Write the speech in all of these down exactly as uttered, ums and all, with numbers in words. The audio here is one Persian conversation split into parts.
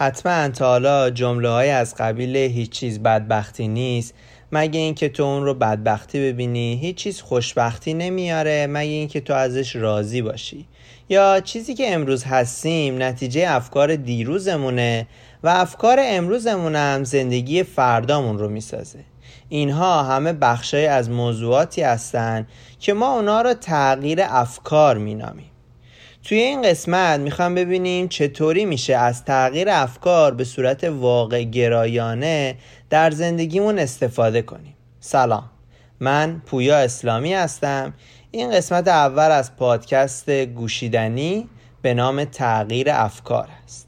حتما تا حالا جمله های از قبیل هیچ چیز بدبختی نیست مگه اینکه تو اون رو بدبختی ببینی، هیچ چیز خوشبختی نمیاره مگه اینکه تو ازش راضی باشی، یا چیزی که امروز هستیم نتیجه افکار دیروزمونه و افکار امروزمون هم زندگی فردامون رو میسازه. اینها همه بخشای از موضوعاتی هستن که ما اونا رو تغییر افکار مینامیم. توی این قسمت میخوام ببینیم چطوری میشه از تغییر افکار به صورت واقع گرایانه در زندگیمون استفاده کنیم. سلام، من پویا اسلامی هستم. این قسمت اول از پادکست گوشیدنی به نام تغییر افکار است.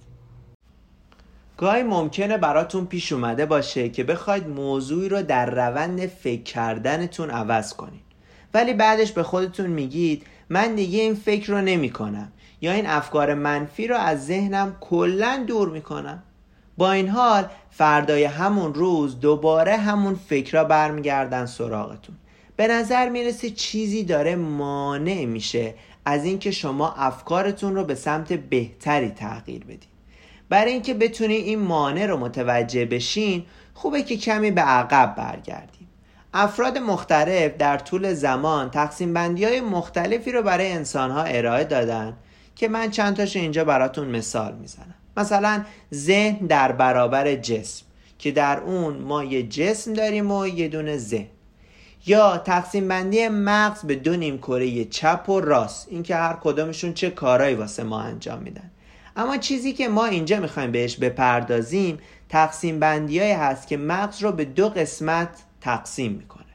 گاهی ممکنه براتون پیش اومده باشه که بخواید موضوعی رو در روند فکر کردنتون عوض کنید، ولی بعدش به خودتون میگید من دیگه این فکر رو نمی کنم یا این افکار منفی رو از ذهنم کلاً دور می کنم. با این حال فردای همون روز دوباره همون فکرها برمیگردن سراغتون. به نظر میرسه چیزی داره مانع میشه از اینکه شما افکارتون رو به سمت بهتری تغییر بدید. برای اینکه بتونید این مانع رو متوجه بشین خوبه که کمی به عقب برگردیم. افراد مختلف در طول زمان تقسیم بندی های مختلفی رو برای انسان ها ارائه دادن که من چند تاشو اینجا براتون مثال میزنم. مثلا ذهن در برابر جسم که در اون ما یه جسم داریم و یه دونه ذهن، یا تقسیم بندی مغز به دو نیمکره چپ و راست، این که هر کدومشون چه کارایی واسه ما انجام میدن. اما چیزی که ما اینجا میخوایم بهش بپردازیم تقسیم بندیایی هست که مغز رو به دو قسمت تقسیم میکنه: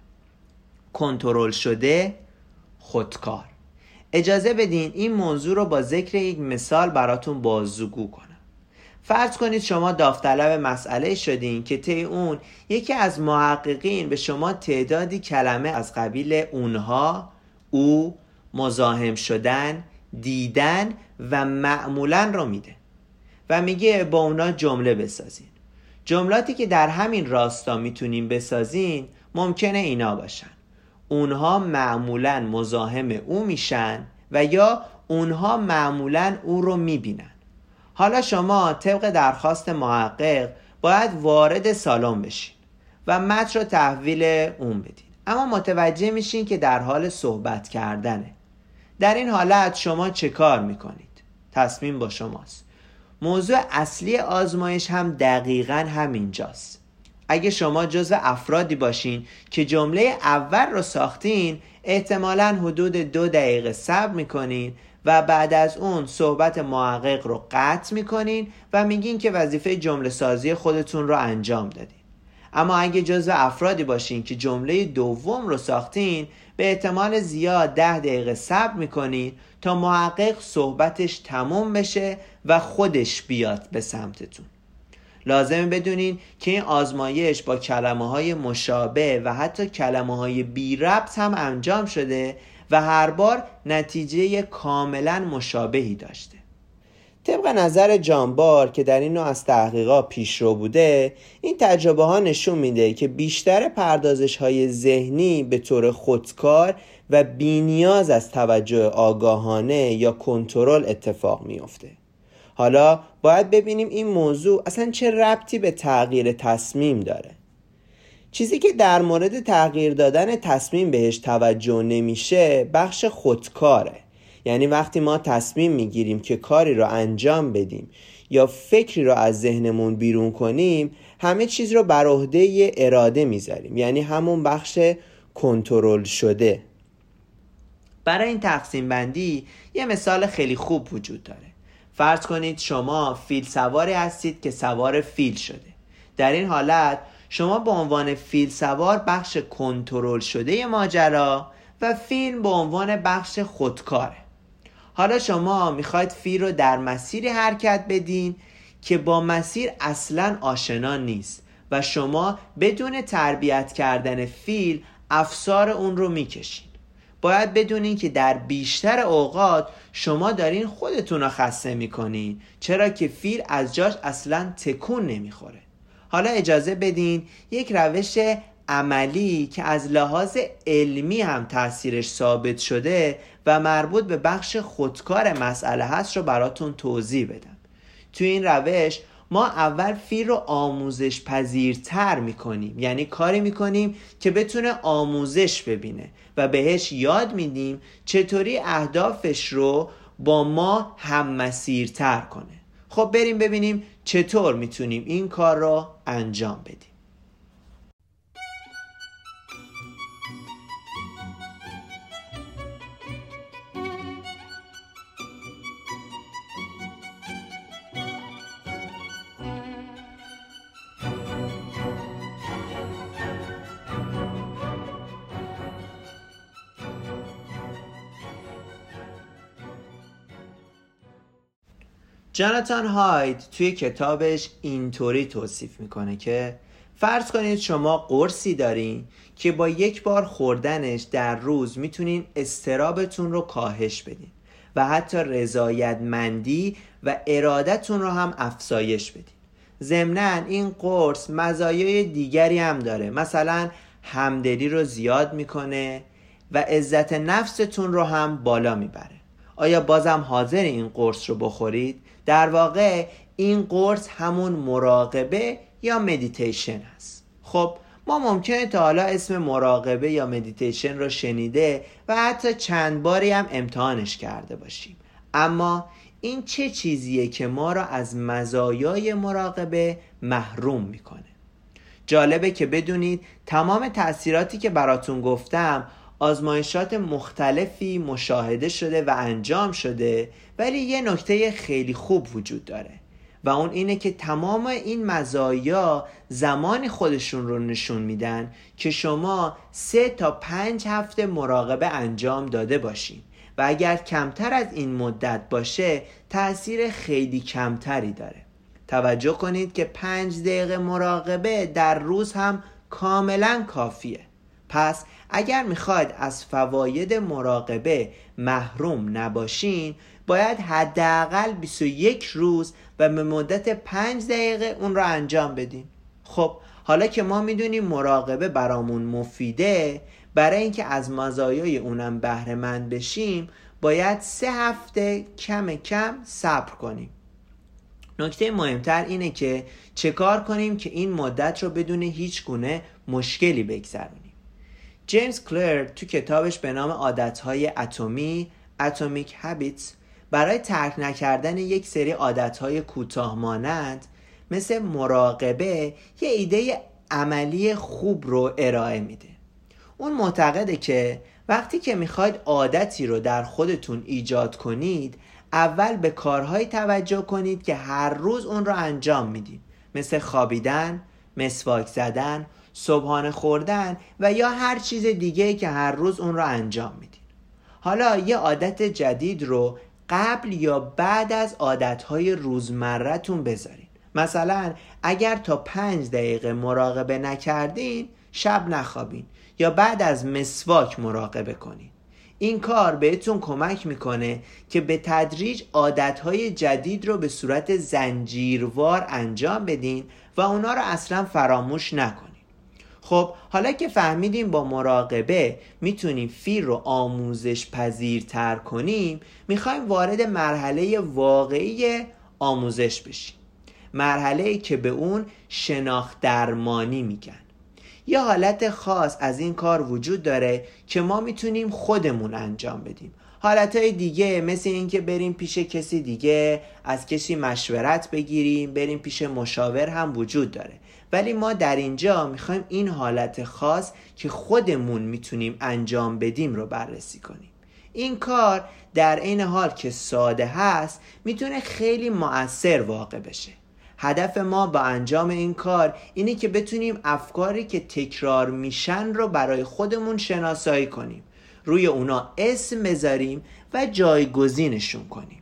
کنترل شده، خودکار. اجازه بدین این موضوع رو با ذکر یک مثال براتون بازگو کنم. فرض کنید شما داوطلب مسئله شدین که طی اون یکی از محققین به شما تعدادی کلمه از قبیل اونها، او، مزاحم شدن، دیدن و معمولاً رو میده و میگه با اونا جمله بسازین. جملاتی که در همین راستا میتونیم بسازین ممکنه اینا باشن: اونها معمولاً مزاحم او میشن و یا اونها معمولاً او رو میبینن. حالا شما طبق درخواست محقق باید وارد سالن بشین و متن رو تحویل اون بدین، اما متوجه میشین که در حال صحبت کردنه. در این حالت شما چه کار میکنید؟ تصمیم با شماست. موضوع اصلی آزمایش هم دقیقاً همینجاست. اگه شما جزو افرادی باشین که جمله اول رو ساختین، احتمالاً حدود دو دقیقه صبر میکنین و بعد از اون صحبت محقق رو قطع میکنین و میگین که وظیفه جمله سازی خودتون رو انجام دادین. اما اگه جزو افرادی باشین که جمله دوم رو ساختین، به احتمال زیاد ده دقیقه صبر میکنین تا محقق صحبتش تموم بشه و خودش بیاد به سمتتون. لازمه بدونین که این آزمایش با کلمه های مشابه و حتی کلمه های بی ربط هم انجام شده و هر بار نتیجه کاملا مشابهی داشته. طبق نظر جان بار که در این نوع از تحقیقات پیشرو بوده، این تجربه ها نشون میده که بیشتر پردازش های ذهنی به طور خودکار و بی نیاز از توجه آگاهانه یا کنترل اتفاق میفته. حالا باید ببینیم این موضوع اصلا چه ربطی به تغییر تصمیم داره. چیزی که در مورد تغییر دادن تصمیم بهش توجه نمیشه بخش خودکاره. یعنی وقتی ما تصمیم میگیریم که کاری رو انجام بدیم یا فکری رو از ذهنمون بیرون کنیم، همه چیز رو بر عهده اراده میذاریم، یعنی همون بخش کنترل شده. برای این تقسیم بندی یه مثال خیلی خوب وجود داره. فرض کنید شما فیل سواری هستید که سوار فیل شده. در این حالت شما به عنوان فیل سوار بخش کنترل شده ماجرا و فیل به عنوان بخش خودکاره. حالا شما میخواید فیل رو در مسیری حرکت بدین که با مسیر اصلاً آشنا نیست و شما بدون تربیت کردن فیل افسار اون رو میکشین. باید بدونین که در بیشتر اوقات شما دارین خودتون رو خسته میکنین، چرا که فیل از جاش اصلاً تکون نمیخوره. حالا اجازه بدین یک روش عملی که از لحاظ علمی هم تأثیرش ثابت شده و مربوط به بخش خودکار مسئله هست رو براتون توضیح بدم. توی این روش ما اول فیل رو آموزش پذیرتر میکنیم، یعنی کاری میکنیم که بتونه آموزش ببینه و بهش یاد میدیم چطوری اهدافش رو با ما هم مسیرتر کنه. خب بریم ببینیم چطور میتونیم این کار رو انجام بدیم. جاناتان هاید توی کتابش اینطوری توصیف میکنه که فرض کنید شما قرصی دارین که با یک بار خوردنش در روز میتونین اضطرابتون رو کاهش بدین و حتی رضایتمندی و ارادتون رو هم افزایش بدین. ضمناً این قرص مزایای دیگری هم داره، مثلا همدلی رو زیاد میکنه و عزت نفستون رو هم بالا میبره. آیا بازم حاضر این قرص رو بخورید؟ در واقع این قرص همون مراقبه یا مدیتیشن هست. خب ما ممکنه تا حالا اسم مراقبه یا مدیتیشن رو شنیده و حتی چند باری هم امتحانش کرده باشیم، اما این چه چیزیه که ما را از مزایای مراقبه محروم میکنه؟ جالبه که بدونید تمام تأثیراتی که براتون گفتم آزمایشات مختلفی مشاهده شده و انجام شده، ولی یه نکته خیلی خوب وجود داره و اون اینه که تمام این مزایا زمان خودشون رو نشون میدن که شما سه تا پنج هفته مراقبه انجام داده باشین و اگر کمتر از این مدت باشه تأثیر خیلی کمتری داره. توجه کنید که پنج دقیقه مراقبه در روز هم کاملا کافیه. پس اگر میخواید از فواید مراقبه محروم نباشین باید حداقل بیست و یک روز و به مدت پنج دقیقه اون رو انجام بدین. خب حالا که ما میدونیم مراقبه برامون مفیده، برای اینکه از مزایای اونم بهره مند بشیم باید سه هفته کم کم صبر کنیم. نکته مهمتر اینه که چه کار کنیم که این مدت رو بدون هیچ گونه مشکلی بگذرونیم. جیمز کلر تو کتابش به نام عادتهای اتمی Atomic Habits برای ترک نکردن یک سری عادتهای کوتاه مانند مثل مراقبه یه ایده عملی خوب رو ارائه میده. اون معتقده که وقتی که میخواید عادتی رو در خودتون ایجاد کنید اول به کارهای توجه کنید که هر روز اون رو انجام میدید، مثل خوابیدن، مسواک زدن، صبحانه خوردن و یا هر چیز دیگه که هر روز اون رو انجام میدین. حالا یه عادت جدید رو قبل یا بعد از عادتهای روزمره‌تون بذارین. مثلا اگر تا پنج دقیقه مراقبه نکردین شب نخوابین یا بعد از مسواک مراقبه کنین. این کار بهتون کمک میکنه که به تدریج عادتهای جدید رو به صورت زنجیروار انجام بدین و اونا رو اصلا فراموش نکنین. خب حالا که فهمیدیم با مراقبه میتونیم فیل رو آموزش پذیرتر کنیم، میخوایم وارد مرحله واقعی آموزش بشیم، مرحله‌ای که به اون شناخت درمانی میگن. یه حالت خاص از این کار وجود داره که ما میتونیم خودمون انجام بدیم. حالتهای دیگه مثل این که بریم پیش کسی دیگه، از کسی مشورت بگیریم، بریم پیش مشاور هم وجود داره، ولی ما در اینجا میخوایم این حالت خاص که خودمون میتونیم انجام بدیم رو بررسی کنیم. این کار در این حال که ساده هست میتونه خیلی مؤثر واقع بشه. هدف ما با انجام این کار اینه که بتونیم افکاری که تکرار میشن رو برای خودمون شناسایی کنیم، روی اونا اسم بذاریم و جایگزینشون کنیم.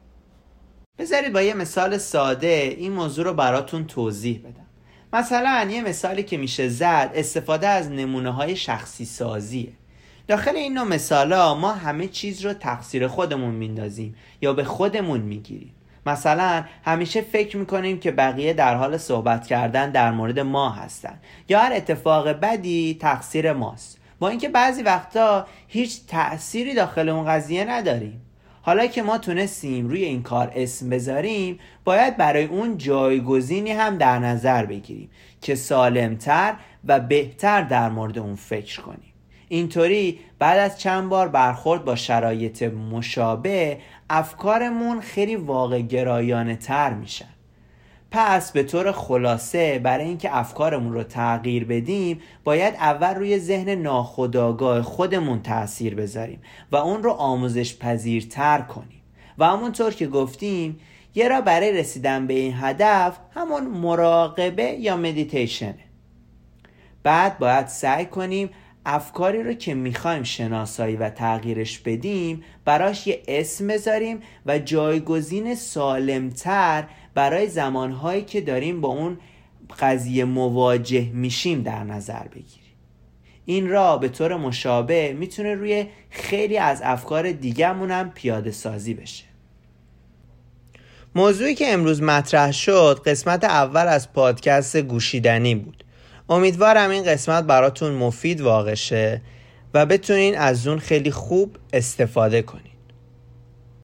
بذارید با یه مثال ساده این موضوع رو براتون توضیح بدم. مثلا یه مثالی که میشه زد استفاده از نمونه‌های شخصی سازیه. داخل این نوع مثالا ما همه چیز رو تقصیر خودمون میندازیم یا به خودمون میگیریم. مثلا همیشه فکر میکنیم که بقیه در حال صحبت کردن در مورد ما هستن یا هر اتفاق بدی تقصیر ماست، با اینکه بعضی وقتا هیچ تأثیری داخل اون قضیه نداریم. حالا که ما تونستیم روی این کار اسم بذاریم، باید برای اون جایگزینی هم در نظر بگیریم که سالمتر و بهتر در مورد اون فکر کنیم. اینطوری بعد از چند بار برخورد با شرایط مشابه، افکارمون خیلی واقع گرایانه تر میشن. پس به طور خلاصه برای اینکه افکارمون رو تغییر بدیم، باید اول روی ذهن ناخودآگاه خودمون تأثیر بذاریم و اون رو آموزش پذیرتر کنیم. و همونطور که گفتیم، یه راه برای رسیدن به این هدف همون مراقبه یا مدیتیشنه. بعد باید سعی کنیم افکاری رو که میخوایم شناسایی و تغییرش بدیم براش یه اسم بذاریم و جایگزین سالمتر برای زمانهایی که داریم با اون قضیه مواجه میشیم در نظر بگیریم. این راه به طور مشابه میتونه روی خیلی از افکار دیگه‌مون هم پیاده سازی بشه. موضوعی که امروز مطرح شد قسمت اول از پادکست گوشیدنی بود. امیدوارم این قسمت براتون مفید واقع شه و بتونین از اون خیلی خوب استفاده کنین.